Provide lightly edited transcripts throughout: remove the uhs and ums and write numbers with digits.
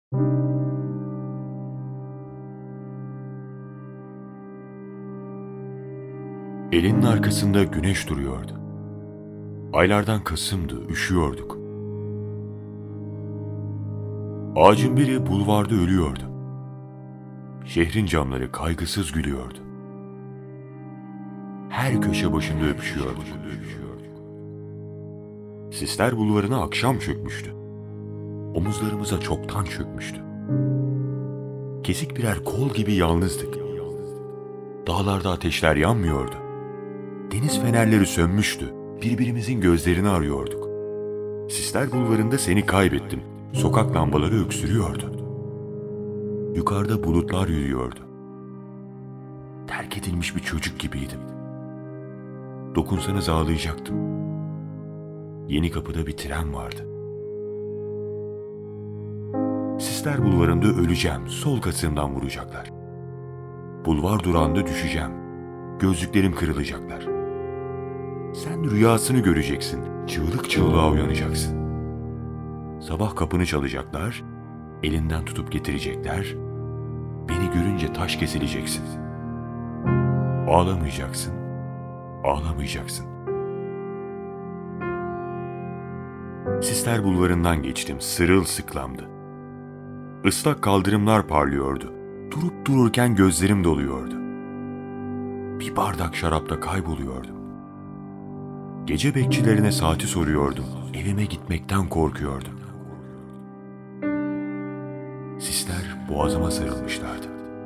Elinin arkasında güneş duruyordu. Aylardan Kasım'dı, üşüyorduk. Ağacın biri bulvarda ölüyordu. Şehrin camları kaygısız gülüyordu. Her köşe başında öpüşüyorduk. Sisler bulvarına akşam çökmüştü. Omuzlarımıza çoktan çökmüştü. Kesik birer kol gibi yalnızdık. Dağlarda ateşler yanmıyordu. Deniz fenerleri sönmüştü. Birbirimizin gözlerini arıyorduk. Sisler bulvarında seni kaybettim. Sokak lambaları öksürüyordu. Yukarıda bulutlar yürüyordu. Terk edilmiş bir çocuk gibiydim. Dokunsanız ağlayacaktım. Yeni kapıda bir tren vardı. Sisler bulvarında öleceğim. Sol kasığımdan vuracaklar. Bulvar durağında düşeceğim. Gözlüklerim kırılacaklar. Sen rüyasını göreceksin. Çığlık çığlığa uyanacaksın. Sabah kapını çalacaklar. Elinden tutup getirecekler. Beni görünce taş kesileceksin. Ağlamayacaksın. Ağlamayacaksın. Sisler bulvarından geçtim. Sırılsıklamdı. Islak kaldırımlar parlıyordu. Durup dururken gözlerim doluyordu. Bir bardak şarapta kayboluyordum. Gece bekçilerine saati soruyordum. Evime gitmekten korkuyordum. Sisler boğazıma sarılmışlardı.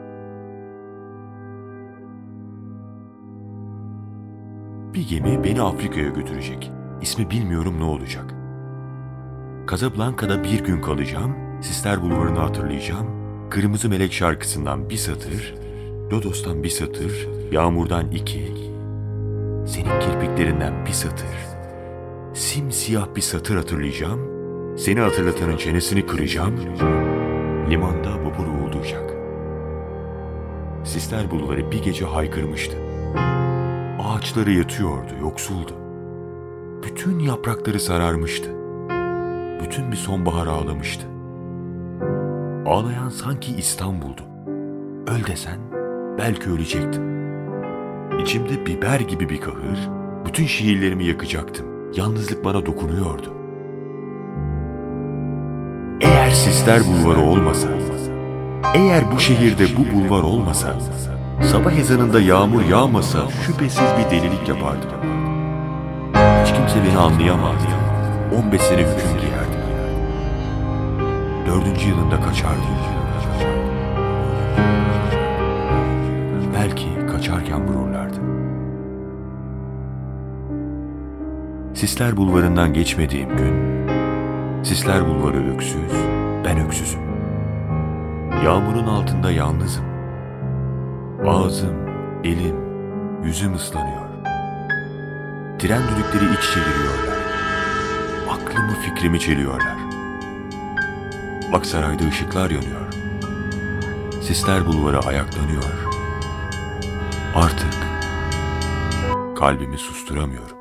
Bir gemi beni Afrika'ya götürecek. İsmi bilmiyorum ne olacak. Casablanca'da bir gün kalacağım. Sisler bulvarını hatırlayacağım. Kırmızı Melek şarkısından bir satır, Lodos'tan bir satır, Yağmurdan iki, senin kirpiklerinden bir satır, simsiyah bir satır hatırlayacağım. Seni hatırlatanın çenesini kıracağım. Limanda vapur uğuldayacak. Sisler bulvarı bir gece haykırmıştı. Ağaçları yatıyordu, yoksuldu. Bütün yaprakları sararmıştı. Bütün bir sonbahar ağlamıştı. Ağlayan sanki İstanbul'du. Öl desen belki ölecektim. İçimde biber gibi bir kahır, bütün şiirlerimi yakacaktım. Yalnızlık bana dokunuyordu. Eğer Sisler bulvarı olmasa, eğer bu şehirde bu bulvar olmasa, sabah ezanında yağmur yağmasa şüphesiz bir delilik yapardım. Hiç kimse beni anlayamazdı. 15 sene hüküm giyerdim. 4. yılında kaçardım. Belki kaçarken vururlardı. Sisler bulvarından geçmediğim gün, Sisler bulvarı öksüz, ben öksüzüm. Yağmurun altında yalnızım. Ağzım, elim, yüzüm ıslanıyor. Tren düdükleri iç çeviriyorlar. Aklımı fikrimi çeliyorlar. Aksaray'da ışıklar yanıyor. Sisler bulvarı ayaklanıyor. Artık kalbimi susturamıyorum.